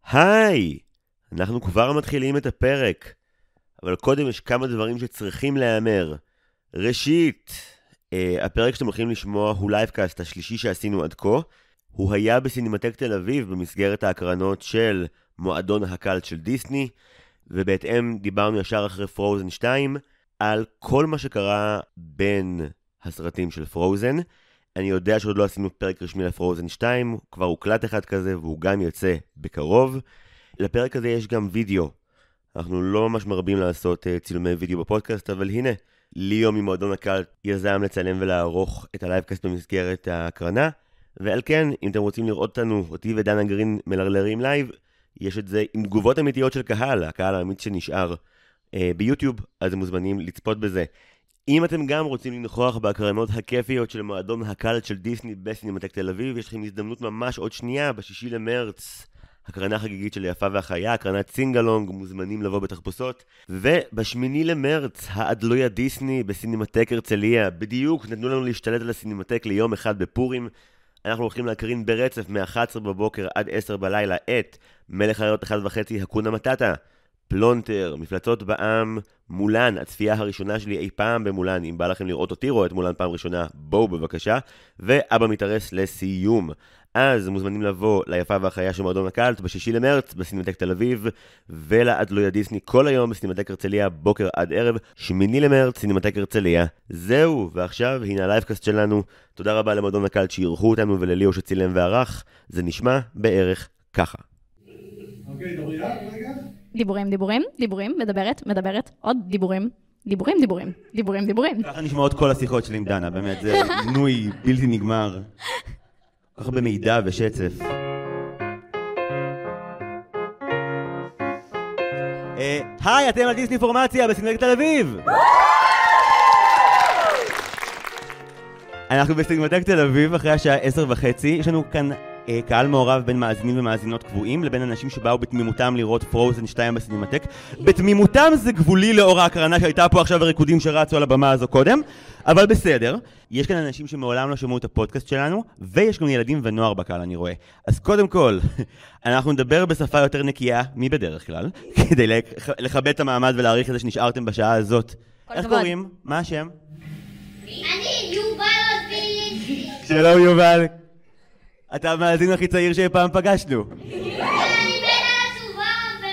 היי, אנחנו כבר מתחילים את הפרק, אבל קודם יש כמה דברים שצריכים להיאמר. ראשית, הפרק שאתם הולכים לשמוע הוא לייבקאסט השלישי שעשינו עד כה. הוא היה בסינמטק תל אביב במסגרת ההקרנות של מועדון הקלט של דיסני, ובהתאם דיברנו ישר אחרי פרוזן 2 על כל מה שקרה בין הסרטים של פרוזן. אני יודע שעוד לא עשינו פרק רשמי לפרוזן 2, כבר הוקלט אחד כזה והוא גם יוצא בקרוב. לפרק הזה יש גם וידאו. אנחנו לא ממש מרבים לעשות צילומי וידאו בפודקאסט, אבל הנה, ליאו ממועדון הקלט יזם לצלם ולערוך את הלייבקאסט במסגרת ההקרנה, ועל כן, אם אתם רוצים לראות אותנו, אותי ודנה גרין מלרלרים לייב, יש את זה עם תגובות אמיתיות של קהל, הקהל האמיתי שנשאר ביוטיוב, אז הם מוזמנים לצפות בזה. אם אתם גם רוצים לנכוח בהקרנות הכיפיות של מועדון הקלט של דיסני בסינמטק תל אביב, יש לכם הזדמנות ממש עוד שנייה, ב6 למרץ, הקרנה חגיגית של יפה והחיה, הקרנת סינגלונג, מוזמנים לבוא בתחפושות. וב8 למרץ, האדלויה דיסני בסינמטק הרצליה, בדיוק נתנו לנו להשתלט על הסינמטק ליום אחד בפורים. אנחנו הולכים להקרין ברצף מ-11 בבוקר עד 10 בלילה את מלך החיות 1.5, הקונה מטאטה, פלונטר, מפלצות בעם, מולן, הצפייה הראשונה שלי אי פעם במולן. אם בא לכם לראות אותי רואה את מולן פעם ראשונה, בואו בבקשה. ואבא מתארס לסיום. אז מוזמנים לבוא ליפה והחיה של מועדון הקלט ב6 למרץ בסינמטק תל אביב, ולאדלויה דיסני כל היום בסינמטק הרצליה בוקר עד ערב, 8 למרץ סינמטק הרצליה. זהו, ועכשיו הנה הלייבקאסט שלנו. תודה רבה למועדון הקלט שאירחו אותנו ולליאו שצילם וערך. זה נשמע בערך ככה. אוקיי, דברי רגע. דיבורים, מדברת, עוד דיבורים. ככה נשמעות כל השיחות שלי עם דנה, באמת, זה נוי בלתי נגמר. ככה במידע ושצף. היי, אתם על דיסני פורמציה בסינמטק תל אביב! אנחנו בסינמטק תל אביב אחרי השעה 10:30, יש לנו כאן קהל מעורב בין מאזינים ומאזינות קבועים לבין אנשים שבאו בתמימותם לראות פרוזן 2 בסינמטק. בתמימותם זה גבולי לאור ההקרנה שהייתה פה עכשיו וריקודים שרצו על הבמה הזו קודם, אבל בסדר. יש כאן אנשים שמעולם לא שמעו את הפודקאסט שלנו, ויש גם ילדים ונוער בקהל אני רואה. אז קודם כל, אנחנו נדבר בשפה יותר נקייה מבדרך כלל, כדי לכבד את המעמד ולהעריך את זה שנשארתם בשעה הזאת. איך קוראים? מה השם? אני יובל אביב. שלום יובל. אתה המאזין הכי צעיר שפעם פגשנו. אני בן העצובה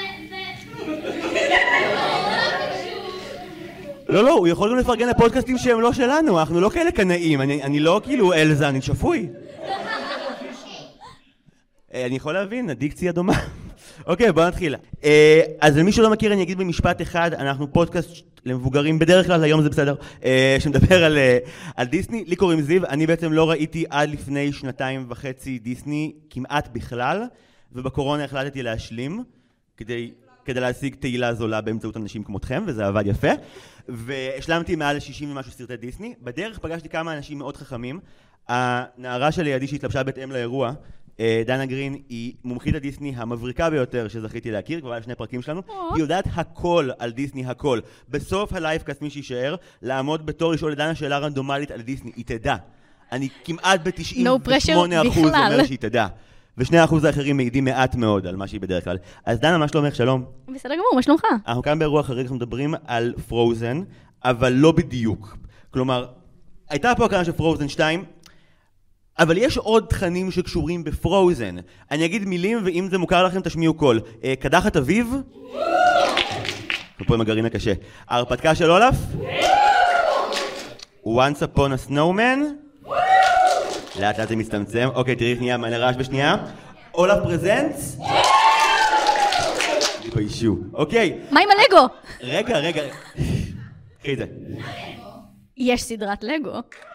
לא, הוא יכול גם לפרגן לפודקאסטים שהם לא שלנו, אנחנו לא כאלה קנאים, אני לא כאילו אלזה, אני שפוי. אני יכול להבין, הדיקציה דומה. אוקיי, בוא נתחיל. אז למי שלא מכיר, אני אגיד במשפט אחד, אנחנו פודקאסט למבוגרים, בדרך כלל היום זה בסדר, שמדבר על דיסני. לי קוראים זיו, אני בעצם לא ראיתי עד לפני 2.5 דיסני כמעט בכלל, ובקורונה החלטתי להשלים, כדי להשיג תהילה זולה באמצעות אנשים כמותכם, וזה עבד יפה. והשלמתי מעל 60 ומשהו סרטי דיסני. בדרך פגשתי כמה אנשים מאוד חכמים. הנערה שלידי שהתלבשה בהתאם לאירוע, דנה גרין, היא מומחית הדיסני המבריקה ביותר שזכיתי להכיר, כבר היה 2 פרקים שלנו. היא יודעת הכל על דיסני, הכל. בסוף הלייבקאסט מי שישאר, לעמוד בתור לשאול לדנה שאלה רנדומלית על דיסני, היא תדע. אני כמעט ב-98% אומר שהיא תדע. ו2% האחרים מעידים מעט מאוד על מה שהיא בדרך כלל. אז דנה, מה שלומך? שלום. בסדר גמור, מה שלומך? אנחנו כאן באירוע חריג, אנחנו מדברים על פרוזן, אבל לא בדיוק. כלומר, הייתה פה הקרנה של פרוזן 2, אבל יש עוד תכנים שקשורים בפרוזן. אני אגיד מילים, ואם זה מוכר לכם, תשמיעו קול. קדחת אביב? ופה עם הגרעין הקשה. ההרפתקה של אולף? Once upon a snowman? לאט לאט זה מצטמצם. אוקיי, תראי שנייה, מעלה רעש בשנייה. אולף פרזנטס? תתביישו. אוקיי. מה עם הלגו? רגע. קחי את זה. יש סדרת לגו.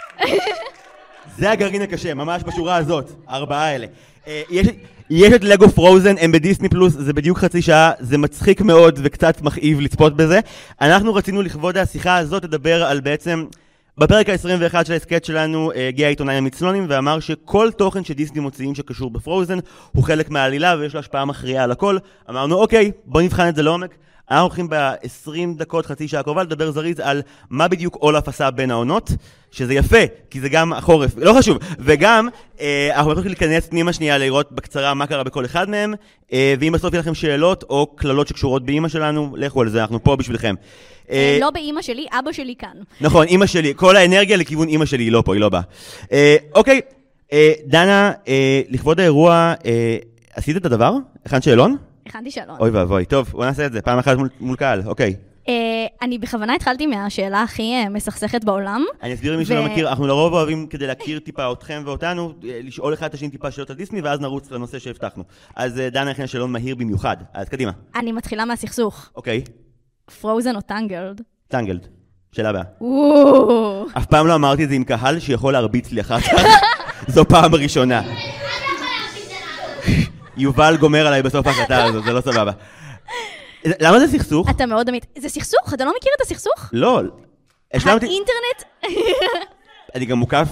זה הגרעין הקשה, ממש בשורה הזאת, 4 האלה. יש את לגו פרוזן, הם בדיסני פלוס, זה בדיוק חצי שעה, זה מצחיק מאוד וקצת מכאיב לצפות בזה. אנחנו רצינו לכבוד השיחה הזאת לדבר על בעצם, בפרק ה-21 של הסקט שלנו הגיע העיתונאי המצלונים ואמר שכל תוכן שדיסני מוציאים שקשור בפרוזן הוא חלק מהעלילה ויש לו השפעה מכריעה על הכל. אמרנו אוקיי, בוא נבחן את זה לעומק. אנחנו הולכים ב-20 דקות, חצי שעה הקרובה, לדבר זריז על מה בדיוק אולף עשה בין העונות, שזה יפה, כי זה גם החורף, לא חשוב. וגם, אנחנו הולכים להיכנס פנימה שנייה לראות בקצרה מה קרה בכל אחד מהם, ואם בסוף יהיה לכם שאלות או כללות שקשורות באמא שלנו, לכו על זה, אנחנו פה בשבילכם. לא באמא שלי, אבא שלי כאן. נכון, אמא שלי, כל האנרגיה לכיוון אמא שלי, היא לא פה, היא לא באה. אוקיי, דנה, לכבוד האירוע, עשית את הדבר? הכנת שאלון? הכנתי שאלון. אוי ואבוי, טוב, בוא נעשה את זה, פעם אחת מול קהל, אוקיי. אני בכוונה התחלתי מהשאלה הכי מסכסכת בעולם. אני אסביר למי שלא מכיר, אנחנו לרוב אוהבים כדי להכיר טיפה אתכם ואותנו, לשאול אחד את השני טיפה שאלות על דיסני, ואז נרוץ לנושא שהבטחנו. אז דנה הכינה שאלון מהיר במיוחד, אז קדימה. אני מתחילה מהסכסוך. אוקיי. פרוזן או טנגלד? טנגלד, שאלה הבאה. וואו. אף פעם לא אמרתי את זה עם קהל שיכול להרביץ לי אחר כך. זו פעם ראשונה. יובל גומר עליי בסוף ההחלטה הזאת, זה לא סבבה. למה זה סכסוך? אתה מאוד אמיתי. זה סכסוך? אתה לא מכיר את הסכסוך? לא. האינטרנט? אני גם מוקף.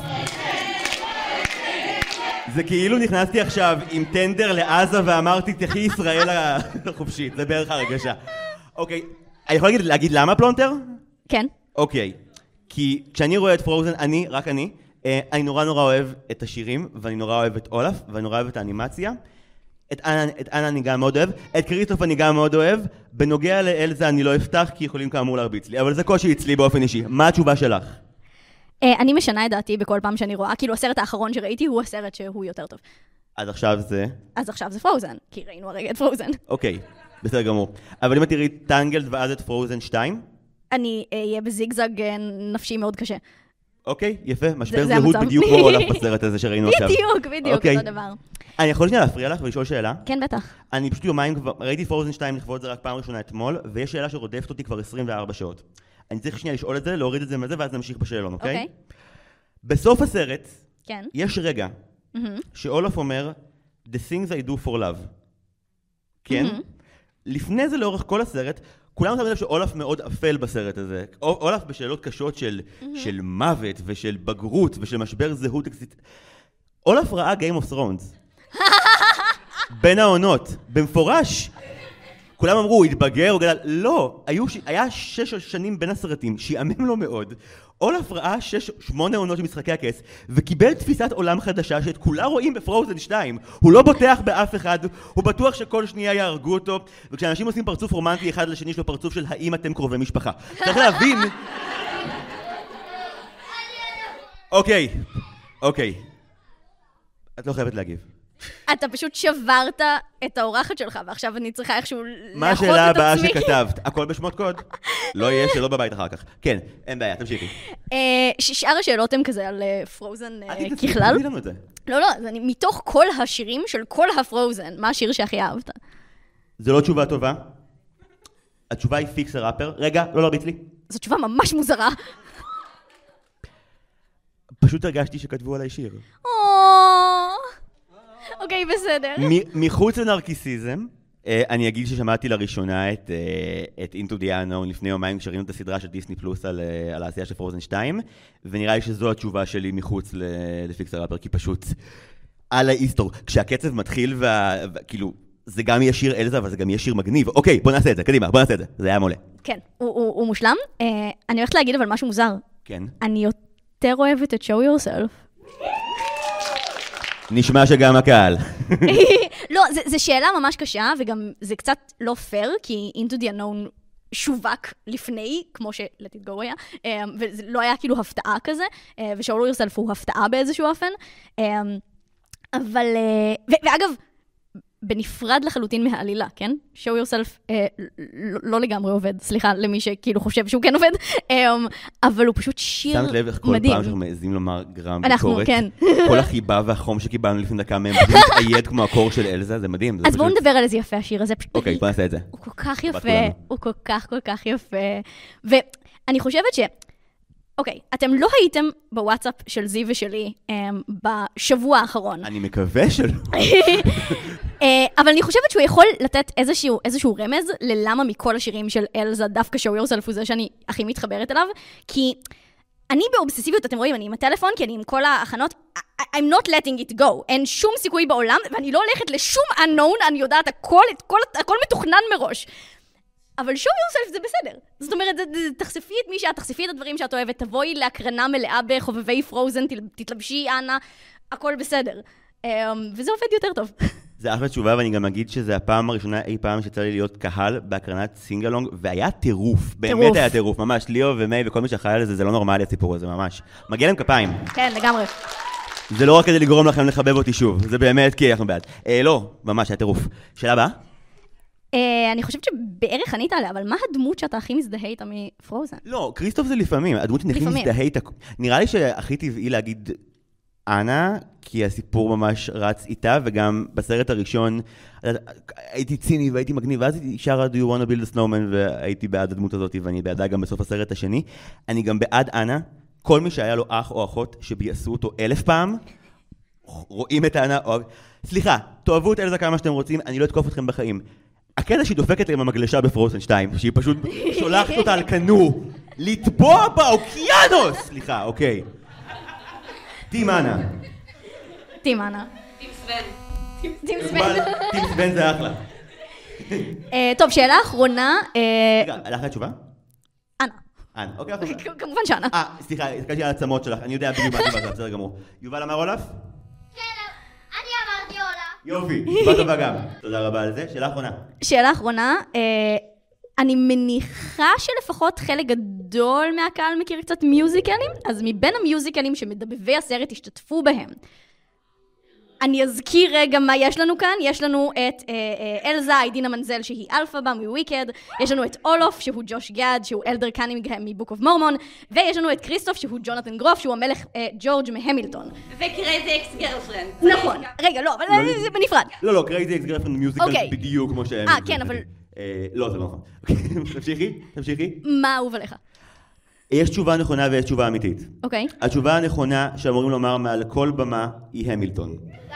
זה כאילו נכנסתי עכשיו עם טנדר לעזה ואמרתי, תחי ישראל החופשית. זה בערך הרגשה. אוקיי, אני יכול להגיד למה פלונטר? כן. אוקיי, כי כשאני רואה את פרוזן, רק אני נורא אוהב את השירים, ואני נורא אוהב את אולף, ואני נורא אוהב את האנימציה. את אנה אני גם מאוד אוהב, את קריסטוף אני גם מאוד אוהב, בנוגע לאלזה אני לא אפתח, כי יכולים כאמור להרביץ לי, אבל זה קושי אצלי באופן אישי. מה התשובה שלך? אני משנה את דעתי בכל פעם שאני רואה, כאילו הסרט האחרון שראיתי הוא הסרט שהוא יותר טוב. אז עכשיו זה? אז עכשיו זה פרוזן, כי ראינו הרגע את פרוזן. אוקיי, בסדר גמור. אבל אם את תראי טנגלד ואז את פרוזן 2? אני אהיה בזיגזג נפשי מאוד קשה. אוקיי, יפה, משבר זה זהות המצב. בדיוק כמו אולף בסרט הזה שראינו עכשיו. בדיוק, אותו דבר. אני יכול שנייה להפריע לך ולשאול שאלה? כן, בטח. אני פשוט יומיים כבר, ראיתי פרוזן 2 לכבוד זה רק פעם ראשונה אתמול, ויש שאלה שרודפת אותי כבר 24 שעות. אני צריך שנייה לשאול את זה, להוריד את זה מזה, ואז נמשיך בשאלון, אוקיי? אוקיי. בסוף הסרט, כן. יש רגע שאולף אומר, The things I do for love. כן? לפני זה לאורך כל הסרט, כולם שמים לב שאולף מאוד אפל בסרט הזה. אולף בשאלות קשות של מוות ושל בגרות ושל משבר זהות. אולף ראה Game of Thrones. בין העונות, במפורש. כולם אמרו, הוא התבגר, הוא גדל. לא, היה 6 שנים בין הסרטים, שיאמם לו מאוד. אולף ראה 8 עונות של משחקי הכס, וקיבל תפיסת עולם חדשה שאת כולה רואים בפרוזן 2. הוא לא בוטח באף אחד, הוא בטוח שכל שנייה יהרגו אותו, וכשאנשים עושים פרצוף רומנטי אחד לשני, יש לו פרצוף של האם אתם קרובי משפחה. צריך להבין... אוקיי. את לא חייבת להגיב. אתה פשוט שברת את האורחת שלך, ועכשיו אני צריכה איכשהו לאחות את עצמי. מה השאלה הבאה שכתבת? הכל בשמות קוד? לא יהיה שלא בבית אחר כך. כן, אין בעיה, תמשיכי. שאר השאלות הן כזה על פרוזן ככלל. תתחילי לנו את זה. לא, מתוך כל השירים של כל הפרוזן, מה השיר שהכי אהבת? זו לא תשובה טובה. התשובה היא פיקסר ראפר. רגע, לא להרביץ לי. זו תשובה ממש מוזרה. פשוט הרגשתי שכתבו עליי שיר. אוקיי, בסדר. מחוץ לנרקיסיזם, אני אגיד ששמעתי לראשונה את Into the Unknown לפני יומיים כשראינו את הסדרה של דיסני פלוס על העשייה של פרוזן 2, ונראה לי שזו התשובה שלי מחוץ לפיקסר ראפר, כי פשוט על האיסטור, כשהקצב מתחיל וכאילו, זה גם יהיה שיר אלזה, אבל זה גם יהיה שיר מגניב. אוקיי, בוא נעשה את זה, קדימה, בוא נעשה את זה. זה היה מעולה. כן, הוא מושלם. אני הולכת להגיד אבל משהו מוזר. כן. אני יותר אוהבת את Show Yourself. נשמע שגם הקהל. לא, זו שאלה ממש קשה, וגם זה קצת לא פייר, כי Into the Unknown שווק לפני, כמו ש-Let It Go היה, וזה לא היה כאילו הפתעה כזה, ו-Show Yourself הוא הפתעה באיזשהו אופן. אבל, ואגב, בנפרד לחלוטין מהעלילה, כן? Show Yourself לא לגמרי עובד, סליחה למי שכאילו חושב שהוא כן עובד, אבל הוא פשוט שיר מדהים. שמת לב איך כל פעם שאנחנו מעזים לומר גרם ביקורת? אנחנו, כן. כל החיבה והחום שקיבלנו לפני דקה מהם, פשוט מתאייד כמו הקור של אלזה, זה מדהים. אז בואו נדבר על איזה יפה השיר הזה. אוקיי, בוא נעשה את זה. הוא כל כך יפה, הוא כל כך יפה. ואני חושבת ש... אוקיי, אתם לא הייתם בוואטסאפ של זיו ושלי בשבוע האחרון. אני מקווה שלא. אבל אני חושבת שהוא יכול לתת איזשהו רמז ללמה מכל השירים של אלזה, דווקא Show Yourself הוא זה שאני הכי מתחברת אליו, כי אני באובססיביות, אתם רואים, אני עם הטלפון, כי אני עם כל ההכנות, I'm not letting it go, אין שום סיכוי בעולם, ואני לא הולכת לשום unknown, אני יודעת, הכל מתוכנן מראש. אבל show yourself זה בסדר. זאת אומרת, תחשפי את מי שאת, תחשפי את הדברים שאת אוהבת, תבואי להקרנה מלאה בחובבי פרוזן, תתלבשי אנה, הכל בסדר. וזה עובד יותר טוב. זה אחלה תשובה, ואני גם אגיד שזה הפעם הראשונה אי פעם שיצא לי להיות קהל בהקרנת סינגלונג, והיה טירוף, באמת היה טירוף, ממש, ליאו ומי וכל מי שאחראי על זה, זה לא נורמלי הסיפור הזה, ממש. מגיע להם כפיים. כן, לגמרי. זה לא רק כדי לגרום לכם לחבב אותי שוב, זה באמת כי אנחנו בעד. לא, ממש היה טירוף. שאלה הבאה? אני חושבת שבערך ענית עליה, אבל מה הדמות שאתה הכי מזדהה איתה מפרוזן? לא, כריסטוף זה לפעמים, הדמות שאני הכי מזדהה איתה. נראה לי שהכי טבעי להגיד אנה, כי הסיפור ממש רץ איתה, וגם בסרט הראשון הייתי ציני והייתי מגניב, ואז הייתי שרה Do you want to build a snowman, והייתי בעד הדמות הזאת, ואני בעדה גם בסוף הסרט השני. אני גם בעד אנה, כל מי שהיה לו אח או אחות שביעשו אותו 1000 פעם, רואים את אנה, סליחה, תאהבו את אלזה כמה שאתם רוצים, אני לא אתקוף אתכם בחיים. הקטע שהיא דופקת עם המגלשה בפרוזן 2, שהיא פשוט שולחת אותה על כנור, לטבוע באוקיינוס! סליחה, אוקיי. טים אנה. טים אנה. טים סבן. טים סבן. טים סבן זה אחלה. טוב, שאלה אחרונה. רגע, הלך לתשובה? אנה. אנה, אוקיי. כמובן שאנה. סליחה, הסתכלתי על העצמות שלך, אני יודע בדיוק מה זה, בסדר גמור. יובל אמר אולף? כן, אני אמרתי עולה. יופי, תשובה טובה גם. תודה רבה על זה. שאלה אחרונה. שאלה אחרונה. אני מניחה שלפחות חלק גדול מהקהל מכיר קצת מיוזיקלים, אז מבין המיוזיקלים שמדבבי הסרט השתתפו בהם, אני אזכיר רגע מה יש לנו כאן. יש לנו את אלזה, אידינה מנזל שהיא אלפאבה מוויקד, יש לנו את אולוף שהוא ג'וש גאד שהוא אלדר קנינגהם מבוק אוף מורמון, ויש לנו את כריסטוף שהוא ג'ונתן גרוף שהוא המלך ג'ורג' מהמילטון. וקרייזי אקס גרלפרנד. נכון, רגע לא, אבל זה בנפרד. לא, קרייזי אקס גרלפרנד מיוזיקל בדיוק כמו שהם. כן, אבל לא, זה לא נכון. תמשיכי. מה אהוב עליך? יש תשובה נכונה ויש תשובה אמיתית. אוקיי. התשובה הנכונה שאמורים לומר מעל כל במה היא המילטון.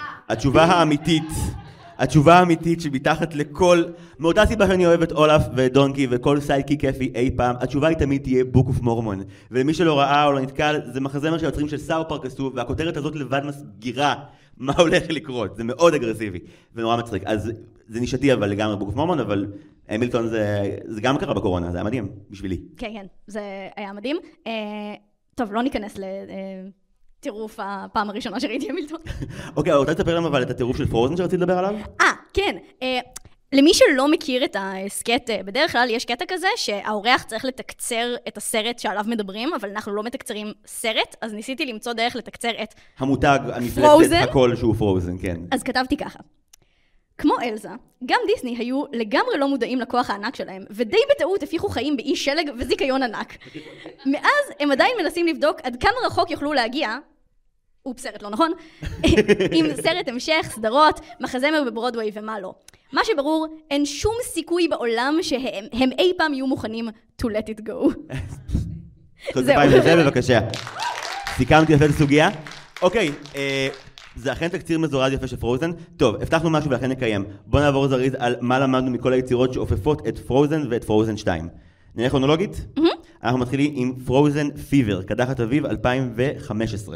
התשובה האמיתית שמתחת לכל, מאותה סיבה שאני אוהב את אולף ודונקי וכל סייקי כיפי אי פעם, התשובה היא תמיד תהיה בוק אוף מורמון. ולמי שלא ראה או לא נתקל, זה מחזמר שהיוצרים של סאו פארק עשו, והכותרת הזאת לבד מסגירה מה הולך לקרות. זה מאוד אגרסיבי ונורא מצחיק. אז זה נישתי אבל לגמרי בוק אוף מורמון, אבל המילטון זה גם קרה בקורונה, זה היה מדהים בשבילי. כן, זה היה מדהים. טוב, לא ניכנס טירוף הפעם הראשונה שראיתי המילטון. אוקיי, רוצה לספר להם אבל את הטירוף של פרוזן שרציתי לדבר עליו? כן. למי שלא מכיר את הסקט, בדרך כלל יש קטע כזה שהאורח צריך לתקצר את הסרט שעליו מדברים, אבל אנחנו לא מתקצרים סרט, אז ניסיתי למצוא דרך לתקצר את המותג, המפלצת, הכל שהוא פרוזן, כן. אז כתבתי ככה. כמו אלזה, גם דיסני היו לגמרי לא מודעים לכוח הענק שלהם, ודי בטעות הפיחו חיים באי שלג וזיקיון ענק. מאז הם עדיין מנסים לבדוק עד כמה רחוק יוכלו להגיע, סרט לא נכון, עם סרט המשך, סדרות, מחזמר בברודווי ומה לא. מה שברור, אין שום סיכוי בעולם שהם אי פעם יהיו מוכנים to let it go. זהו. בבקשה. סיכמתי לפני סוגיה. אוקיי, זה אכן תקציר מזורז יפה של פרוזן. טוב, הבטחנו משהו ולכן נקיים. בוא נעבור זריז על מה למדנו מכל היצירות שאופפות את פרוזן ואת פרוזן 2. נלך כרונולוגית? אנחנו מתחילים עם פרוזן פיבר, קדחת אביב 2015.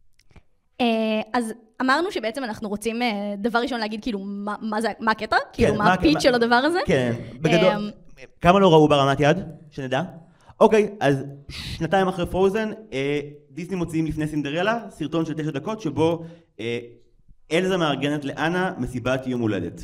אז אמרנו שבעצם אנחנו רוצים דבר ראשון להגיד כאילו מה הקטע? כאילו מה הפיץ' של הדבר הזה? כן, בגדול. כמה לא ראו ברמת יד? שנדע? אוקיי, אז 2 אחרי פרוזן, דיסני מוציאים לפני סינדרלה, סרטון של 9 דקות, שבו אלזה מארגנת לאנה מסיבת יום הולדת.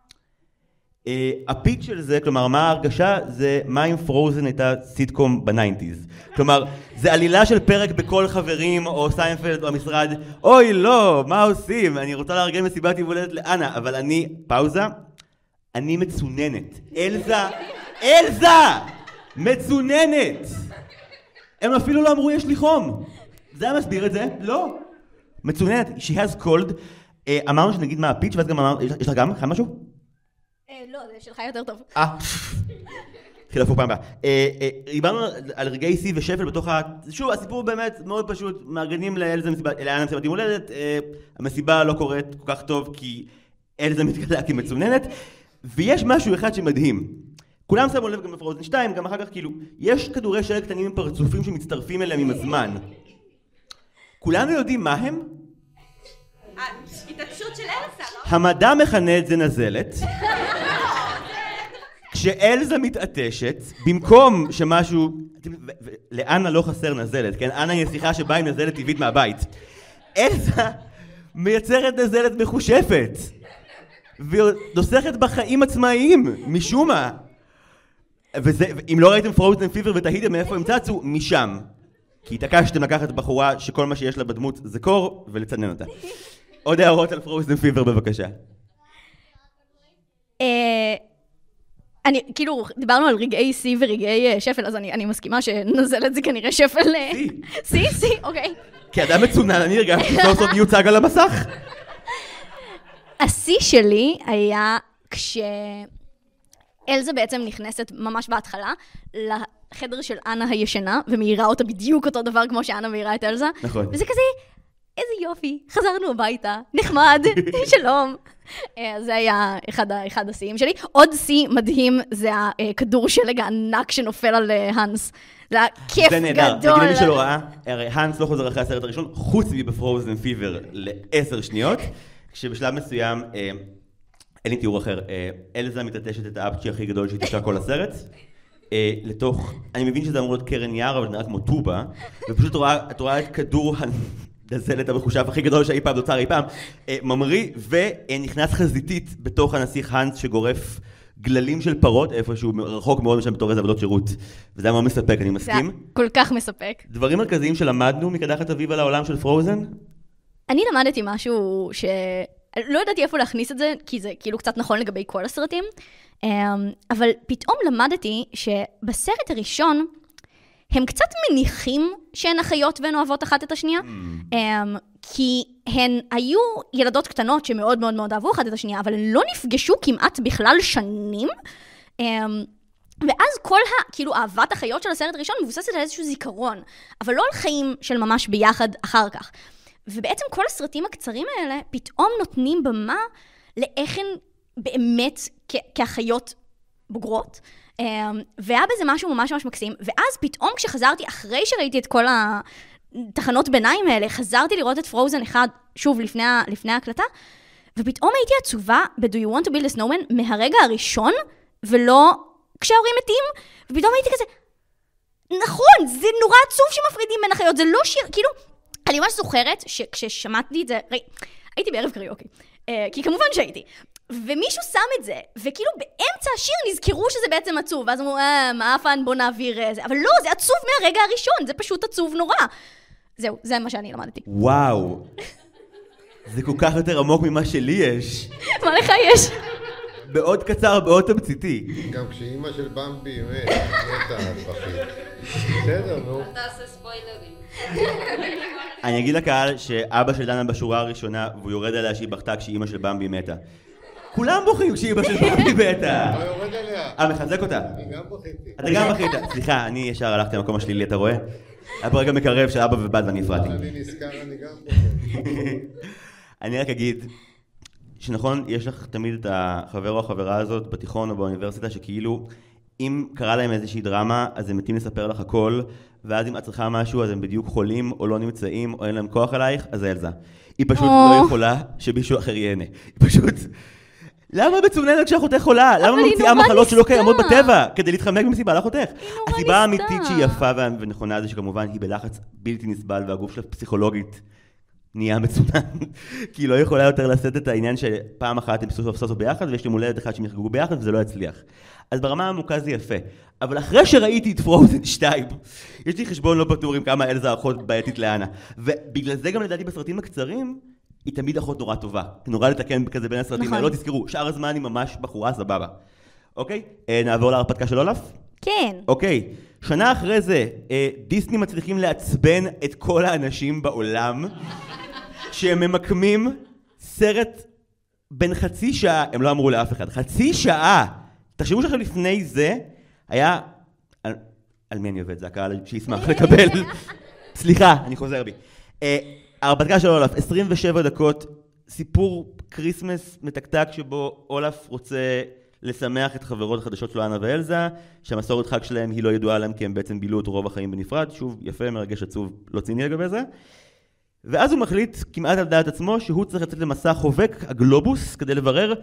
הפיץ' של זה, כלומר, מה ההרגשה, זה מה אם פרוזן הייתה סיטקום בניינטיז. כלומר, זה עלילה של פרק בכל חברים, או סיינפלד, או המשרד, אוי, לא, מה עושים? אני רוצה לארגן מסיבת יום הולדת לאנה, אבל אני, פאוזה, אני מצוננת. אלזה! מצוננת! הם אפילו לא אמרו יש לי חום. זה היה מסביר את זה? לא. מצוננת, she has cold. אמרנו שנגיד מה הפיץ' ואז גם אמרנו, יש לך גם? חיים משהו? לא, זה שלך יותר טוב. התחיל להפוך פעם הבאה. דיברנו על רגעי שיא ושפל בתוך שוב, הסיפור באמת מאוד פשוט, מארגנים לאנה מסיבת יום הולדת, המסיבה לא קורית כל כך טוב כי אלזה מתגלה כמצוננת, ויש משהו אחד שמדהים. כולם שמו לב גם בפרוזן 2, גם אחר כך כאילו, יש כדורי שלג קטנים עם פרצופים שמצטרפים אליהם עם הזמן. כולנו יודעים מה הם? התעקשות של אלסה, לא? המדע מכנה את זה נזלת. כשאלזה מתעטשת, במקום שמשהו... לאנה לא חסר נזלת, כן? אנה היא שיחה שבאה עם נזלת טבעית מהבית. אלזה מייצרת נזלת מחושפת. והיא נוסחת בחיים עצמאיים, משום מה. ואם לא ראיתם פרוזן פיבר ותהיתם מאיפה הם צצו, משם. כי התעקשתם לקחת בחורה שכל מה שיש לה בדמות זה קור, ולצנן אותה. עוד הערות על פרוזן פיבר בבקשה. כאילו, דיברנו על רגעי C ורגעי שפל, אז אני מסכימה שנזלת זה כנראה שפל... C, אוקיי. כי אדם מצונן, אני הרגשתי סוף סוף מיוצג על המסך. השיא שלי היה אלזה בעצם נכנסת ממש בהתחלה לחדר של אנה הישנה, ומאירה אותה בדיוק אותו דבר כמו שאנה מאירה את אלזה. נכון. וזה כזה, איזה יופי, חזרנו הביתה, נחמד, שלום. זה היה אחד השיאים שלי. עוד שיא מדהים זה הכדור שלג הענק שנופל על הנס. זה היה כיף גדול. זה נהדר. נגיד למי שלא ראה, הרי הנס לא חוזר אחרי הסרט הראשון, חוץ מבפרוזן פיבר ל10 שניות, כשבשלב מסוים, אין לי תיאור אחר, אלזה מתעטשת את האפצ'י הכי גדול שהיא תשעה כל הסרט, לתוך, אני מבין שזה אמור להיות קרן יער, אבל זה נראה כמו טובה, ופשוט את רואה את כדור הנזלת המחושב הכי גדול שאי פעם נוצר אי פעם, ממריא, ונכנס חזיתית בתוך הנסיך הנס שגורף גללים של פרות, איפשהו רחוק מאוד משם בתור איזה עבודות שירות, וזה היה מאוד מספק, אני מסכים. זה כל כך מספק. דברים מרכזיים שלמדנו מקדחת אביב על העולם של פרוזן? אני למדתי משהו לא ידעתי איפה להכניס את זה, כי זה כאילו קצת נכון לגבי כל הסרטים, אבל פתאום למדתי שבסרט הראשון, הם קצת מניחים שהן אחיות והן אוהבות אחת את השנייה, כי הן היו ילדות קטנות שמאוד מאוד מאוד אהבו אחת את השנייה, אבל הן לא נפגשו כמעט בכלל שנים, ואז כל כאילו אהבת החיות של הסרט הראשון מבוססת על איזשהו זיכרון, אבל לא על חיים של ממש ביחד אחר כך. ובעצם כל הסרטים הקצרים האלה פתאום נותנים במה לאיך הן באמת כאחיות בוגרות, והיה בזה משהו ממש ממש מקסים, ואז פתאום כשחזרתי, אחרי שראיתי את כל התחנות ביניים האלה, חזרתי לראות את פרוזן אחד, שוב לפני ההקלטה, ופתאום הייתי עצובה ב-Do you want to build a snowman מהרגע הראשון, ולא כשההורים מתים, ופתאום הייתי כזה, נכון, זה נורא עצוב שמפרידים בין החיות, זה לא שיר, כאילו, אני ממש זוכרת שכששמעתי את זה, הייתי בערב קריוקי, כי כמובן שהייתי, ומישהו שם את זה, וכאילו באמצע השיר נזכרו שזה בעצם עצוב, ואז אמרו, מה הפן, בוא נעביר זה, אבל לא, זה עצוב מהרגע הראשון, זה פשוט עצוב נורא. זהו, זה מה שאני למדתי. וואו, זה כל כך יותר עמוק ממה שלי יש. מה לך יש? בעוד קצר, בעוד תמציתי. גם כשאימא של במבי מתה בכית. בסדר, נו. אתה עושה ספוילרים. אני אגיד לקהל שאבא של דנה בשורה הראשונה, והוא יורד עליה שהיא בכתה כשאימא של במבי מתה. כולם בוכים כשאימא של במבי מתה. לא יורד עליה. מחזק אותה. אני גם בכיתי. אתה גם בכית. סליחה, אני ישר הלכתי למקום השלילי, אתה רואה? היה ברגע מקרב של אבא ובת ואני הפרעתי. אני נזכר, אני גם בכיתי. אני רק אגיד שנכון, יש לך תמיד את החבר או החברה הזאת בתיכון או באוניברסיטה שכאילו אם קרה להם איזושהי דרמה אז הם מתים לספר לך הכל, ואז אם את צריכה משהו אז הם בדיוק חולים או לא נמצאים או אין להם כוח עלייך, אז זה אלזה. היא פשוט לא יכולה שמישהו אחר ייהנה. היא פשוט... למה מצוננת כשאחותך חולה? למה ממציאה מחלות שלא קיימות בטבע כדי להתחמק ממסיבה לאחותך? הסיבה האמיתית שהיא יפה ונכונה זה שכמובן היא בלחץ בלתי נסבל והגוף שלה פסיכולוגית נהיה מצונן, כי היא לא יכולה יותר לשאת את העניין שפעם אחת הם סוף ביחד ויש לי מולדת אחד שהם יחגגו ביחד וזה לא יצליח. אז ברמה העמוקה זה יפה. אבל אחרי שראיתי את פרוזן 2, יש לי חשבון לא פתור עם כמה אלזה אחות בעייתית לאנה. ובגלל זה גם לדעתי בסרטים הקצרים, היא תמיד אחות נורא טובה. נורא לתקן כזה בין הסרטים האלה, לא תזכרו, שאר הזמן היא ממש בחורה סבבה. אוקיי? נעבור להרפתקה של אולף? כן. אוקיי. שנה אחרי זה, דיסני מצליחים לעצבן את כל האנשים בעולם, שהם ממקמים סרט בין חצי שעה, הם לא אמרו לאף אחד, חצי שעה. תחשבו שעכשיו לפני זה, היה... על מי אני עובד? זה הקהל שישמח לקבל. סליחה, אני חוזר בי. ההרפתקה של אולף, 27 דקות, סיפור קריסמס מתקתק שבו אולף רוצה לשמח את חברות החדשות שלו, אנה ואלזה, שהמסורת חג שלהם היא לא ידועה להם כי הם בעצם בילו את רוב החיים בנפרד, שוב, יפה, מרגש עצוב, לא ציני לגבי זה. ואז הוא מחליט כמעט על דעת עצמו שהוא צריך לצאת למסע חובק, הגלובוס, כדי לברר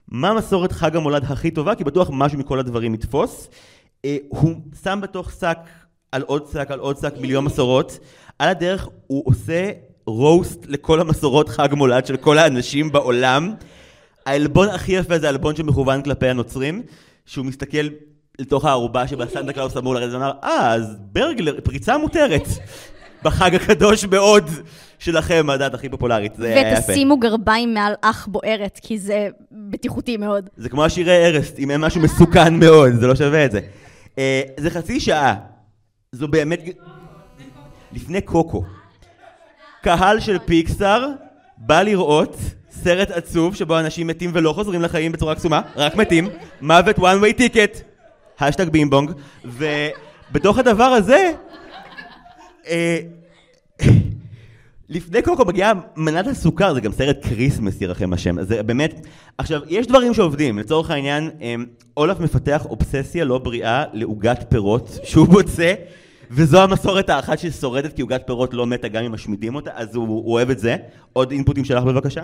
מה מסורת חג המולד הכי טובה? כי בטוח משהו מכל הדברים יתפוס. הוא שם בתוך שק, על עוד שק, על עוד שק, מיליון מסורות. על הדרך הוא עושה רוסט לכל המסורות חג מולד של כל האנשים בעולם. האלבון הכי יפה זה האלבון שמכוון כלפי הנוצרים, שהוא מסתכל לתוך הערובה שבה סנטה קלאוס אמור לרדת ואומר, אז ברגלר, פריצה מותרת בחג הקדוש מאוד שלכם, הדת הכי פופולרית. זה היה יפה. ותשימו גרביים מעל אח בוערת, כי זה בטיחותי מאוד. זה כמו השירי ארסט, אם אין משהו מסוכן מאוד, זה לא שווה את זה. זה חצי שעה. זו באמת... לפני קוקו. קהל של פיקסאר בא לראות סרט עצוב שבו אנשים מתים ולא חוזרים לחיים בצורה קסומה, רק מתים, מוות one way ticket, השטג בימבונג, ובתוך הדבר הזה, לפני קוקו מגיעה מנת הסוכר, זה גם סרט קריסמס ירחם השם, זה באמת, עכשיו, יש דברים שעובדים, לצורך העניין, אולף מפתח אובססיה לא בריאה לעוגת פירות שהוא מוצא, וזו המסורת האחת ששורדת כי עוגת פירות לא מתה גם אם משמידים אותה, אז הוא אוהב את זה. עוד אינפוטים שלך בבקשה?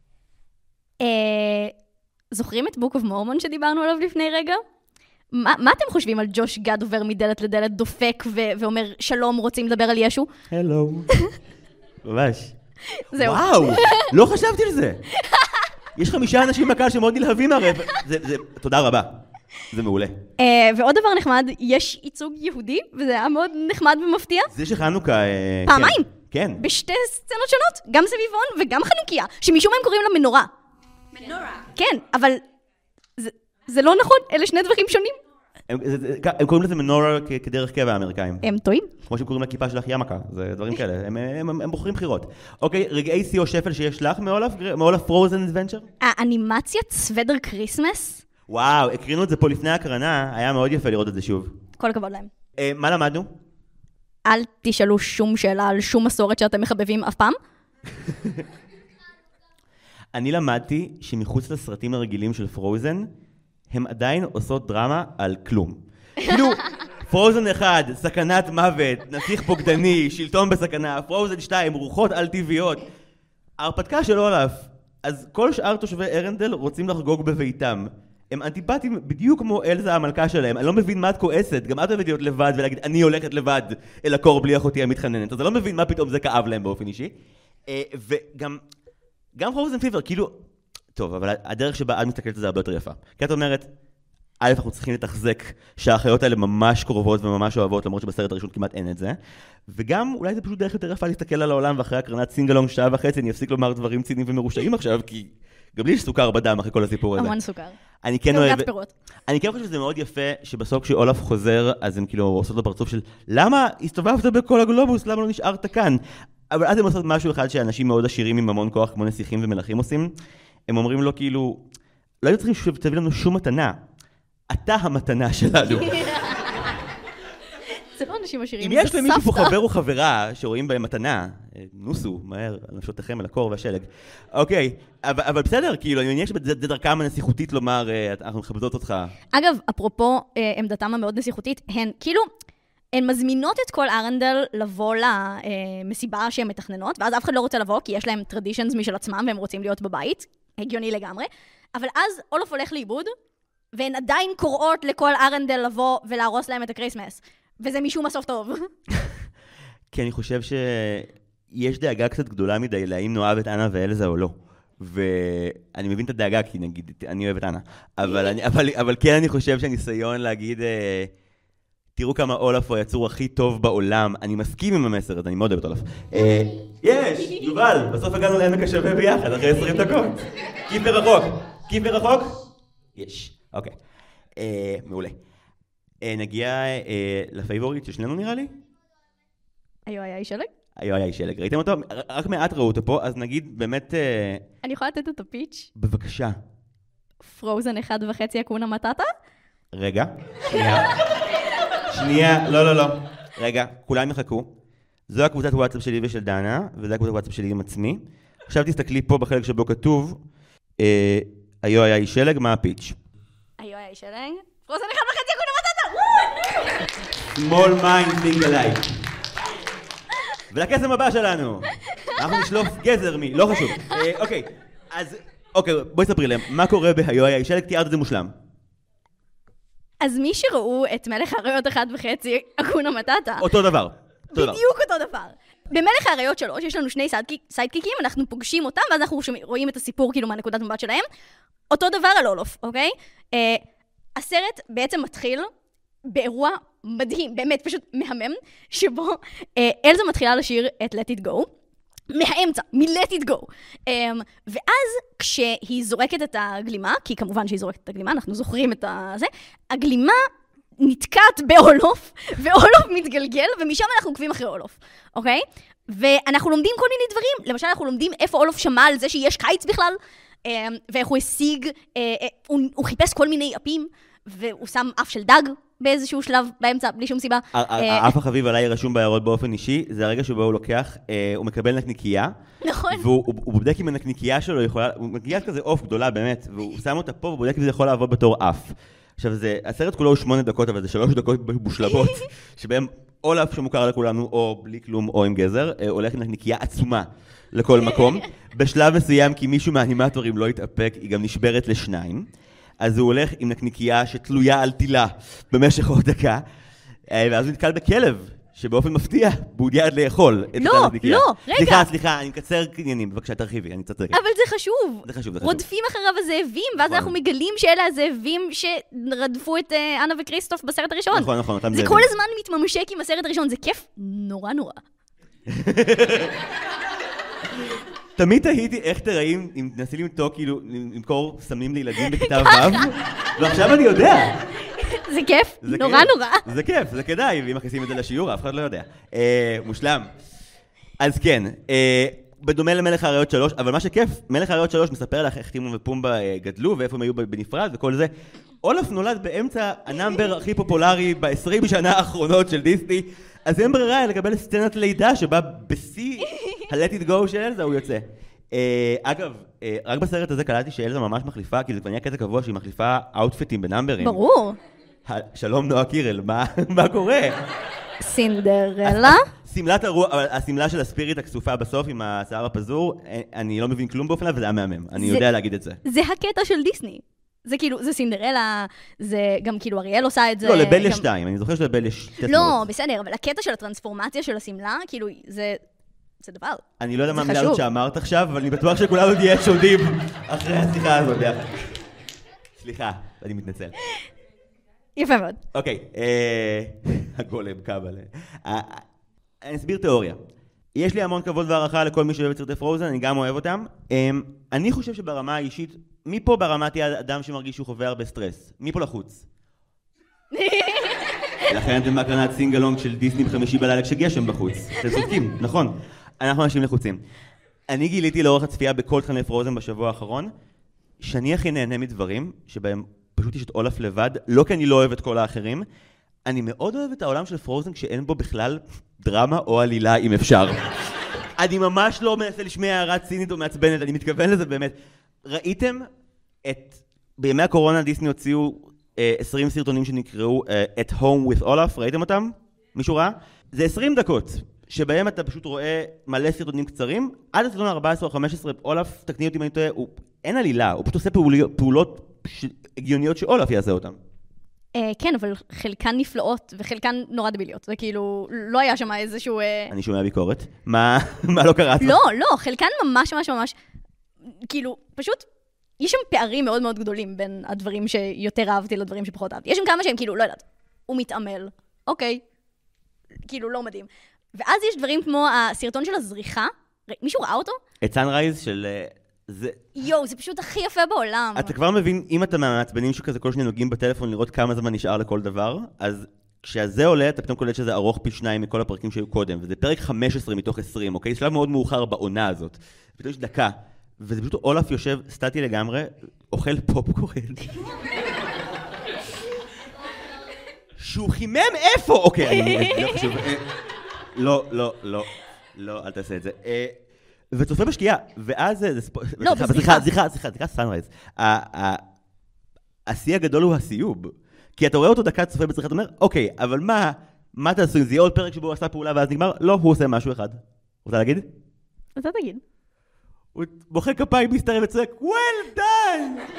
זוכרים את בוק אוף מורמון שדיברנו עליו לפני רגע? מה אתם חושבים על ג'וש גד עובר מדלת לדלת, דופק ואומר שלום, רוצים לדבר על ישו? הלו. ממש. זהו. וואו, לא חשבתי על זה. יש 5 אנשים בקהל שמאוד נלהבים הרי. תודה רבה. זה מעולה. ועוד דבר נחמד, יש ייצוג יהודי, וזה היה מאוד נחמד ומפתיע. זה שחנוכה... פעמיים. כן. בשתי סצנות שונות, גם סביבון וגם חנוכיה, שמשום מה הם קוראים לה מנורה. מנורה. כן, אבל זה לא נכון, אלה שני דברים שונים. הם קוראים לזה מנורה כדרך קבע האמריקאים. הם טועים. כמו שהם קוראים לכיפה שלך ימקה, זה דברים כאלה, הם בוחרים בחירות. אוקיי, רגעי שיא או שפל שיש לך מאולף פרוזן אדוונצ'ר? האנימציית סוודר קריסמס. וואו, הקרינו את זה פה לפני הקרנה, היה מאוד יפה לראות את זה שוב. כל הכבוד להם. מה למדנו? אל תשאלו שום שאלה על שום מסורת שאתם מחבבים אף פעם. אני למדתי שמחוץ לסרטים הרגילים של פרוזן, הם עדיין עושות דרמה על כלום. כאילו, פרוזן 1, סכנת מוות, נסיך בוגדני, שלטון בסכנה, פרוזן 2, רוחות על טבעיות. ההרפתקה של אולף, אז כל שאר תושבי ארנדל רוצים לחגוג בביתם. הם אנטיפטים בדיוק כמו אלזה המלכה שלהם. אני לא מבין מה את כועסת, גם את אוהבת להיות לבד ולהגיד אני הולכת לבד אל הקור בלי אחותי המתחננת. אז אני לא מבין מה פתאום זה כאב להם באופן אישי. וגם פרוזן פיבר, כאילו... טוב, אבל הדרך שבה את מסתכלת על זה הרבה יותר יפה. כי את אומרת, א', אנחנו צריכים לתחזק שהאחיות האלה ממש קרובות וממש אוהבות, למרות שבסרט הראשון כמעט אין את זה. וגם אולי זה פשוט דרך יותר יפה להסתכל על העולם, ואחרי הקרנת סינגלונג 1.5 שעה, אני אפסיק לומר דברים ציניים ומרושעים עכשיו, כי גם לי יש סוכר בדם אחרי כל הסיפור הזה. המון סוכר. אני כן אוהב... אני כן חושב שזה מאוד יפה שבסוף כשאולף חוזר, אז הם כאילו עושות לו פרצוף של למה הסתובבת בכל הגלובוס, למה לא נשארת כאן? אבל אז הם עושות משהו אחד שאנשים מאוד עשירים עם המון כוח, כמו נסיכים ומלכים עושים. הם אומרים לו כאילו, לא היו צריכים שתביא לנו שום מתנה. אתה המתנה שלנו. זה לא אנשים עשירים, אם זה יש למישהו פה סבתא. חבר או חברה שרואים בהם מתנה, נוסו, מהר, על נפשותיכם, על הקור והשלג. אוקיי, אבל בסדר, כאילו, אני מניח שזה דרכם הנסיכותית לומר, אנחנו מכבדות אותך. אגב, אפרופו עמדתם המאוד נסיכותית, הן כאילו, הן מזמינות את כל ארנדל לבוא למסיבה שהן מתכננות, ואז אף אחד לא רוצה לבוא, כי יש להם טרדישנס משל עצמם, והם רוצים להיות בבית, הגיוני לגמרי, אבל אז אולף הולך לאיבוד, והן עדיין קוראות לכל ארנדל לבוא ולהרוס להם את הקריסמס. וזה משום הסוף טוב. כי אני חושב שיש דאגה קצת גדולה מדי להאם נאהב את אנה ואלזה או לא. ואני מבין את הדאגה, כי נגיד, אני אוהב את אנה. אבל כן אני חושב שהניסיון להגיד, תראו כמה אולף הוא היצור הכי טוב בעולם. אני מסכים עם המסר הזה, אני מאוד אוהב את אולף. יש, יובל, בסוף הגענו לעמק השווה ביחד, אחרי 20 דקות. כיפר רחוק. כיפר רחוק? יש, אוקיי. מעולה. נגיע לפייבוריט של שנינו נראה לי? היי שלג? היי שלג, ראיתם אותו? רק מעט ראו אותו פה, אז נגיד באמת... אני יכולה לתת את הפיץ'? בבקשה. פרוזן 1.5 אקונה מטאטה? רגע, שנייה, לא. רגע, כולם יחכו. זו הקבוצת וואטסאפ שלי ושל דנה, וזו הקבוצת וואטסאפ שלי עם עצמי. עכשיו תסתכלי פה בחלק שבו כתוב, היי שלג, מה הפיץ'? היי שלג? פרוזן 1.5 אקונה מטאטה! small mind think alike. ולקסם הבא שלנו, אנחנו נשלוף גזר לא חשוב. אוקיי, אז אוקיי, בואי ספרי להם, מה קורה בהיואי האישלג? תיארת את זה מושלם. אז מי שראו את מלך האריות 1.5, אקונה מטאטה. אותו דבר. בדיוק אותו דבר. במלך האריות 3 יש לנו שני סיידקיקים, אנחנו פוגשים אותם, ואז אנחנו רואים את הסיפור כאילו מהנקודת מבט שלהם. אותו דבר על אולוף, אוקיי? הסרט בעצם מתחיל באירוע מדהים, באמת פשוט מהמם, שבו אלזה מתחילה לשיר את Let It Go, מהאמצע, מ-Let It Go. ואז כשהיא זורקת את הגלימה, כי כמובן שהיא זורקת את הגלימה, אנחנו זוכרים את זה, הגלימה נתקעת באולוף, ואולוף מתגלגל, ומשם אנחנו עוקבים אחרי אולוף, אוקיי? ואנחנו לומדים כל מיני דברים, למשל אנחנו לומדים איפה אולוף שמע על זה שיש קיץ בכלל, ואיך הוא השיג, הוא חיפש כל מיני אפים, והוא שם אף של דג באיזשהו שלב באמצע, בלי שום סיבה. האף החביב עליי רשום בהערות באופן אישי, זה הרגע שבו הוא לוקח, הוא מקבל נקניקייה, נכון. והוא בודק אם הנקניקייה שלו יכולה, הוא מגיע כזה עוף גדולה באמת, והוא שם אותה פה, ובודק אם זה יכול לעבוד בתור אף. עכשיו, הסרט כולו הוא 8 דקות, אבל זה 3 דקות מושלמות, שבהם אולף שמוכר לכולנו, או בלי כלום, או עם גזר, הולך עם נקניקייה עצומה לכל מקום. בשלב מסוים, כי מישהו מהאנימטורים לא התאפק, היא גם נשברת לשניים. אז הוא הולך עם נקניקייה שתלויה על טילה במשך עוד דקה, ואז הוא נתקל בכלב, שבאופן מפתיע, הוא יד לאכול את אותה נקניקייה. לא, רגע. סליחה, אני מקצר עניינים, בבקשה תרחיבי, אני קצת רגע. אבל זה חשוב. זה חשוב. רודפים אחריו הזאבים, ואז אנחנו מגלים שאלה הזאבים שרדפו את אנה וקריסטוף בסרט הראשון. נכון, אותם זאבים. זה כל הזמן מתממשק עם הסרט הראשון, זה כיף נורא נורא. תמיד תהיתי איך תראים, אם תנסי למתוק, כאילו, למכור סמים לילדים בכיתה ו', ועכשיו אני יודע. זה כיף, נורא נורא. זה כיף, זה כדאי, ואם מכניסים את זה לשיעור, אף אחד לא יודע. מושלם. אז כן, בדומה למלך האריות 3, אבל מה שכיף, מלך האריות 3 מספר לך איך טימון ופומבה גדלו, ואיפה הם היו בנפרד וכל זה. אולף נולד באמצע הנאמבר הכי פופולרי ב-20 שנה האחרונות של דיסני, אז אין ברירה לקבל סצנת לידה שבה בשיא ה-Let It Go של אלזה הוא יוצא. אגב, רק בסרט הזה קלטתי שאלזה ממש מחליפה, כי זה כבר נהיה קטע קבוע שהיא מחליפה אאוטפיטים בנאמברים. ברור. שלום נועה קירל, מה קורה? סינדרלה? הסמלה של הספיריט הכסופה בסוף עם השיער הפזור, אני לא מבין כלום באופן, וזה היה מהמם. אני יודע להגיד את זה. זה הקטע של דיסני. זה כאילו, זה סינדרלה, זה גם כאילו אריאל עושה את זה. לא, לבל יש 2, אני זוכר שלבל יש 2 לא, בסדר, אבל הקטע של הטרנספורמציה של הסמלה, כאילו, זה דבר. אני לא יודע מה המילה הזאת שאמרת עכשיו, אבל אני בטוח שכולנו נהיה שולדים אחרי השיחה הזאת. סליחה, אני מתנצל. יפה מאוד. אוקיי, הגולם קבל. אני אסביר תיאוריה. יש לי המון כבוד והערכה לכל מי שאוהב את סרטי פרוזן, אני גם אוהב אותם. אני חושב שברמה האישית, מפה ברמה תהיה אדם שמרגיש שהוא חווה הרבה סטרס. מפה לחוץ. לכן אתם בהקרנת סינגלונג של דיסני בחמישי בלילה כשגשם בחוץ. אתם צודקים, נכון. אנחנו אנשים לחוצים. אני גיליתי לאורך הצפייה בכל תכני פרוזן בשבוע האחרון, שאני הכי נהנה מדברים שבהם פשוט יש את אולף לבד, לא כי אני לא אוהב את כל האחרים. אני מאוד אוהב את העולם של פרוזן כשאין בו בכלל דרמה או עלילה, אם אפשר. אני ממש לא מנסה לשמוע הערה צינית או מעצבנת, אני מתכוון לזה באמת. ראיתם בימי הקורונה דיסני הוציאו 20 סרטונים שנקראו At Home with Olaf, ראיתם אותם? מישהו ראה? זה 20 דקות, שבהם אתה פשוט רואה מלא סרטונים קצרים, עד הסרטון 14 או 15, אולף, תקני אותי אם אני טועה, אין עלילה, הוא פשוט עושה פעולות הגיוניות שאולף יעשה אותם. כן, אבל חלקן נפלאות וחלקן נורא דביליות. זה כאילו, לא היה שם איזשהו... אני שומע ביקורת. מה לא קראת? לא, חלקן ממש, כאילו, פשוט, יש שם פערים מאוד מאוד גדולים בין הדברים שיותר אהבתי לדברים שפחות אהבתי. יש שם כמה שהם כאילו, לא יודעת, הוא מתעמל, אוקיי, כאילו, לא מדהים. ואז יש דברים כמו הסרטון של הזריחה, מישהו ראה אותו? את סאנרייז של... יואו, זה פשוט הכי יפה בעולם. אתה כבר מבין, אם אתה מהמעצבנים שכזה כל שני נוגעים בטלפון לראות כמה זמן נשאר לכל דבר, אז כשזה עולה, אתה פתאום קולט שזה ארוך פי 2 מכל הפרקים שהיו קודם, וזה פרק 15 מתוך 20, אוקיי? שלב מאוד מאוחר בעונה הזאת. פתאום יש דקה, וזה פשוט אולף יושב סטטי לגמרי, אוכל פופקורן. שהוא חימם איפה? אוקיי, אני לא חשוב. לא, אל תעשה את זה. וצופה בשקיעה, ואז זה... לא, בזריחה. סליחה, סאנרייז. השיא הגדול הוא הסיוב. כי אתה רואה אותו דקה צופה בזריחה, אתה אומר, אוקיי, אבל מה תעשו? זה יהיה עוד פרק שבו הוא עשה פעולה ואז נגמר? לא, הוא עושה משהו אחד. רוצה להגיד? אתה תגיד. הוא מוחא כפיים, מסתרם וצועק, well done!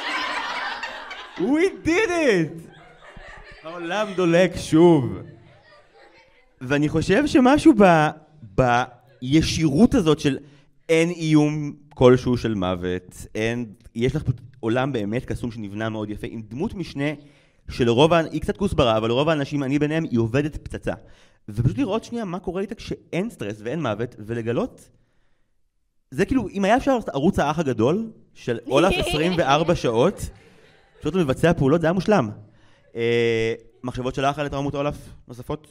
We did it! העולם דולק שוב. ואני חושב שמשהו בישירות הזאת של אין איום כלשהו של מוות, יש לך עולם באמת קסום שנבנה מאוד יפה, עם דמות משנה שלרוב, היא קצת כוסברה, אבל לרוב האנשים, אני ביניהם, היא עובדת פצצה. ופשוט לראות שנייה מה קורה איתה כשאין סטרס ואין מוות, ולגלות, זה כאילו, אם היה אפשר ערוץ האח הגדול, של אולף 24 שעות, פשוט מבצע פעולות, זה היה מושלם. מחשבות שלך על טראומות אולף נוספות?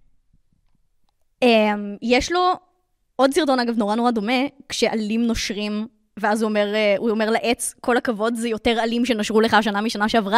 יש לו עוד סרטון, אגב, נורא דומה, כשעלים נושרים, ואז הוא אומר לעץ, כל הכבוד, זה יותר עלים שנשרו לך השנה משנה שעברה.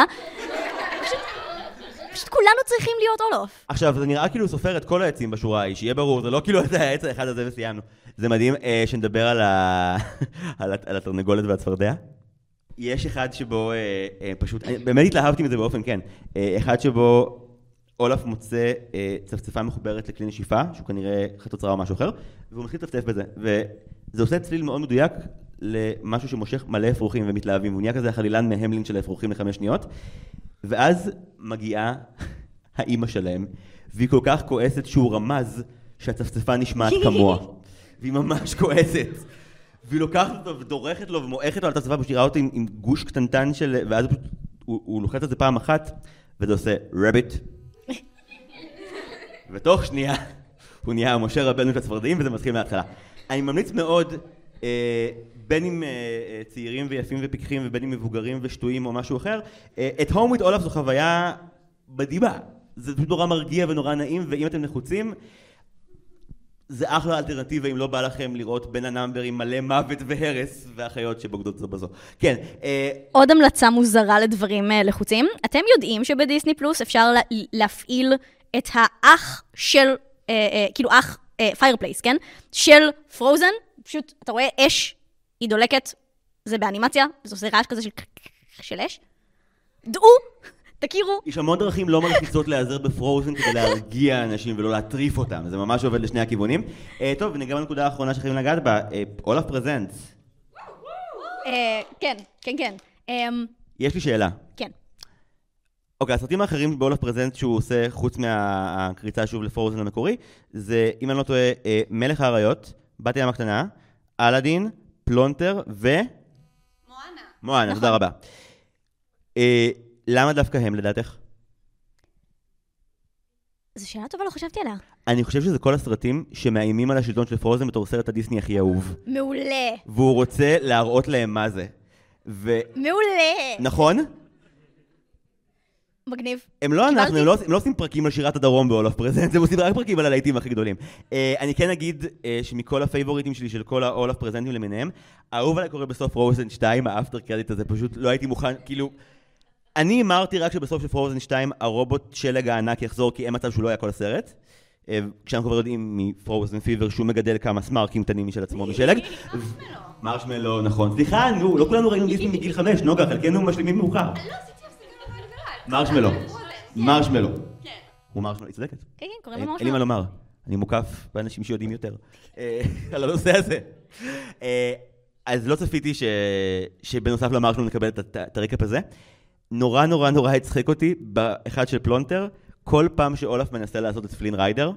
פשוט כולנו צריכים להיות אולף. עכשיו, זה נראה כאילו סופר את כל העצים בשורה ההיא, שיהיה ברור, זה לא כאילו את העץ האחד הזה וסיימנו. זה מדהים שנדבר על התרנגולת והצפרדע. יש אחד שבו פשוט, באמת התלהבתי מזה באופן, כן. אחד שבו אולף מוצא צפצפה מחוברת לכלי נשיפה, שהוא כנראה חתוצרה או משהו אחר, והוא מתחיל לצפצף בזה. וזה עושה צליל מאוד מדויק למשהו שמושך מלא אפרוחים ומתלהבים, והוא נהיה כזה החלילן מהמלין של האפרוחים ל5 שניות. ואז מגיעה האמא שלהם, והיא כל כך כועסת שהוא רמז שהצפצפה נשמעת כמוה. והיא ממש כועסת. והיא לוקחת אותו ודורכת לו ומועכת לו על הצפצפה, ושירה אותו עם גוש קטנטן של... ואז הוא לוחץ את זה פעם אחת, וזה עושה רביט. ותוך שנייה הוא נהיה משה רבנו של הצפרדעים, וזה מתחיל מההתחלה. אני ממליץ מאוד, בין אם צעירים ויפים ופיקחים, ובין אם מבוגרים ושטויים או משהו אחר, את Home with Olaf זו חוויה מדהימה. זה נורא מרגיע ונורא נעים, ואם אתם נחוצים, זה אחלה אלטרנטיבה אם לא בא לכם לראות בין הנאמברים מלא מוות והרס והחיות שבוגדות זו בזו. כן. עוד המלצה מוזרה לדברים לחוצים. אתם יודעים שבדיסני פלוס אפשר להפעיל את האח של, כאילו אח פיירפלייס, כן? של פרוזן. פשוט, אתה רואה אש, היא דולקת, זה באנימציה, זה עושה רעש כזה של אש. דעו, תכירו. יש המון דרכים לא מלחיצות להיעזר בפרוזן כדי להרגיע אנשים ולא להטריף אותם, זה ממש עובד לשני הכיוונים. טוב, ונגע בנקודה האחרונה שחייבים לגעת בה, אולף פרזנטס. כן. יש לי שאלה. כן. אוקיי, הסרטים האחרים באולף פרזנטס שהוא עושה, חוץ מהקריצה שוב לפרוזן המקורי, זה, אם אני לא טועה, מלך האריות, בת הים הקטנה, אלאדין, פלונטר מואנה, תודה רבה. למה דווקא הם לדעתך? זו שאלה טובה, לא חשבתי עליה. אני חושב שזה כל הסרטים שמאיימים על השלטון של פרוזן בתור סרט הדיסני הכי אהוב. מעולה. והוא רוצה להראות להם מה זה. מעולה. נכון? מגניב. הם לא עושים פרקים על שירת הדרום באולף פרזנטס, הם עושים רק פרקים על הלהיטים הכי גדולים. אני כן אגיד שמכל הפייבוריטים שלי של כל האולף פרזנטים למיניהם, האהוב עליי קורה בסוף פרוזן 2, האפטר קרדיט הזה, פשוט לא הייתי מוכן, כאילו... אני אמרתי רק שבסוף של פרוזן 2 הרובוט שלג הענק יחזור, כי אין מצב שהוא לא היה כל הסרט. כשאנחנו כבר יודעים מפרוזן פיבר שהוא מגדל כמה סמארקים קטנים משל עצמו משלג. מרשמלו, נכון. סליחה, נו, לא כולנו ראינו דיסני מגיל 5, נוגה, חלקנו משלימים מאוחר. מרשמלו. הוא מרשמלו, היא צודקת. כן, קוראים לו מרשמלו. אין לי מה לומר, אני מוקף באנשים שיודעים יותר על הנושא הזה. אז לא צפיתי שבנוסף למרשמלו נקבל את הרקע הזה. נורא הצחק אותי באחד של פלונטר, כל פעם שאולף מנסה לעשות את פלין ריידר,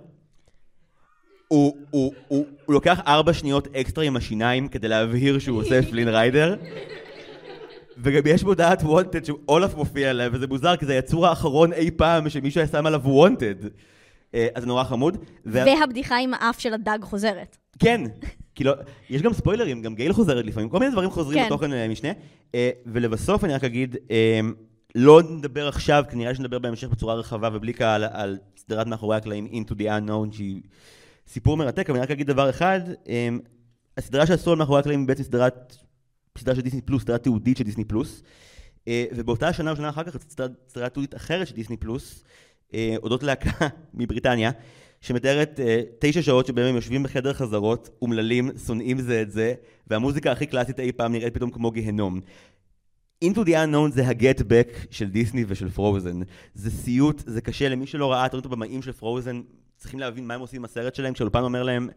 הוא לוקח 4 שניות אקסטרה עם השיניים כדי להבהיר שהוא עושה פלין ריידר, וגם יש מודעת וונטד שאולף מופיע עליה, וזה מוזר, כי זה היצור האחרון אי פעם שמישהו שם עליו וונטד. אז זה נורא חמוד. והבדיחה עם האף של הדג חוזרת. כן, כאילו, יש גם ספוילרים, גם גייל חוזרת לפעמים, כל מיני דברים חוזרים בתוכן משנה. ולבסוף אני רק אגיד, לא נדבר עכשיו, כי נראה שנדבר בהמשך בצורה רחבה ובלי קהל על סדרת מאחורי הקלעים Into the Unknown, שהיא סיפור מרתק, אבל אני רק אגיד דבר אחד, הסדרה שעשו על מאחורי הקלעים היא בעצם סדרה של דיסני פלוס, סדרה תיעודית של דיסני פלוס, ובאותה השנה או שנה אחר כך סדרה תיעודית אחרת של דיסני פלוס, אודות להקה מבריטניה, שמתארת 9 שעות שבהם הם יושבים בחדר חזרות, אומללים, שונאים זה את זה, והמוזיקה הכי קלאסית אי פעם נראית פתאום כמו גיהנום. Into the Unknown זה ה-get back של דיסני ושל פרוזן. זה סיוט, זה קשה למי שלא ראה, תראו אותו במאים של פרוזן, צריכים להבין מה הם עושים עם הסרט שלהם, כשאולפן אומר להם,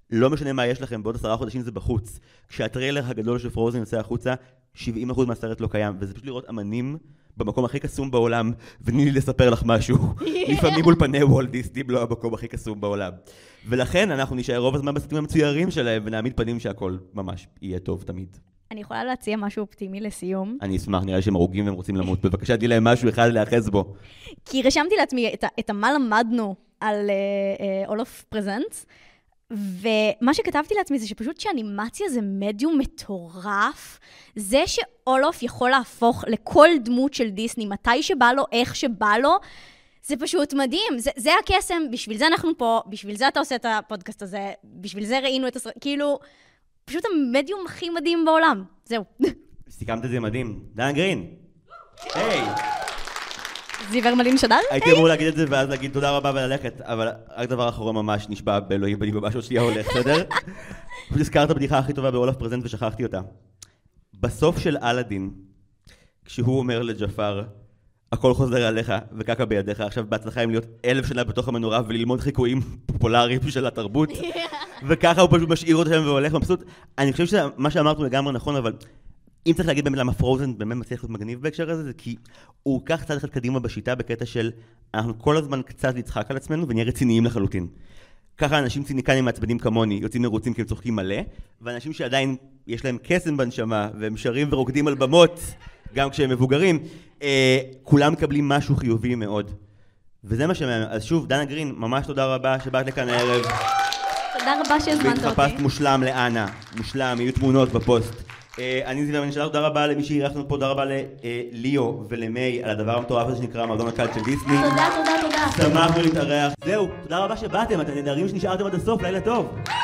לא משנה מה יש לכם, בעוד 10 חודשים זה בחוץ. כשהטריילר הגדול של פרוזן יוצא החוצה, 70% מהסרט לא קיים, וזה פשוט לראות אמנים במקום הכי קסום בעולם, ותני לי לספר לך משהו. לפעמים אולפני וולט דיסני לא המקום הכי קסום בעולם. ולכן אנחנו נשאר רוב הזמן בסרטים המצוירים שלהם, ונעמיד פנים שהכל ממש יהיה טוב תמיד. אני יכולה להציע משהו אופטימי לסיום. אני אשמח, נראה לי שהם הרוגים והם רוצים למות. בבקשה, תהיה להם משהו אחד להאחז בו. כי רשמתי לעצמי את מה למדנו על אולף פרזנטס, ומה שכתבתי לעצמי זה שפשוט שאנימציה זה מדיום מטורף. זה שאולוף יכול להפוך לכל דמות של דיסני, מתי שבא לו, איך שבא לו, זה פשוט מדהים. זה הקסם, בשביל זה אנחנו פה, בשביל זה אתה עושה את הפודקאסט הזה, בשביל זה ראינו את כאילו, פשוט המדיום הכי מדהים בעולם. זהו. סיכמת את זה מדהים. דנה גרין. היי. זיוור מלין שדר? הייתי אמור להגיד את זה ואז להגיד תודה רבה וללכת, אבל רק דבר אחרון ממש נשבע באלוהים, אני ממש עוד שנייה הולך, בסדר? פשוט הזכרת הבדיחה הכי טובה באולף פרזנט ושכחתי אותה. בסוף של אלאדין, כשהוא אומר לג'פר, הכל חוזר עליך וקקה בידיך, עכשיו בהצלחה עם להיות 1000 שנה בתוך המנורה וללמוד חיקויים פופולריים של התרבות, וככה הוא פשוט משאיר אותם והולך, מבסוט. אני חושב שמה שאמרנו לגמרי נכון, אבל אם צריך להגיד באמת למה פרוזן באמת מצליח להיות מגניב בהקשר הזה, זה כי הוא כך צעד אחד קדימה בשיטה בקטע של אנחנו כל הזמן קצת נצחק על עצמנו ונהיה רציניים לחלוטין. ככה אנשים ציניקנים מעצבנים כמוני יוצאים מרוצים כי הם צוחקים מלא, ואנשים שעדיין יש להם קסם בנשמה והם שרים ורוקדים על במות, גם כשהם מבוגרים, כולם מקבלים משהו חיובי מאוד. וזה מה שמעניין. אז שוב, דנה גרין, ממש תודה רבה שבאת לכאן הערב. תודה רבה שהזמנת אותי. והתחפשת מושלם לאנה, מושלם, יהיו תמונות בפוסט. אני זיוור מלין שדר, תודה רבה למי שאירחנו פה, תודה רבה לליאו ולמי על הדבר המטורף הזה שנקרא מועדון הקהל של דיסני. תודה. שמחנו להתארח. זהו, תודה רבה שבאתם, אתם נהדרים שנשארתם עד הסוף, לילה טוב.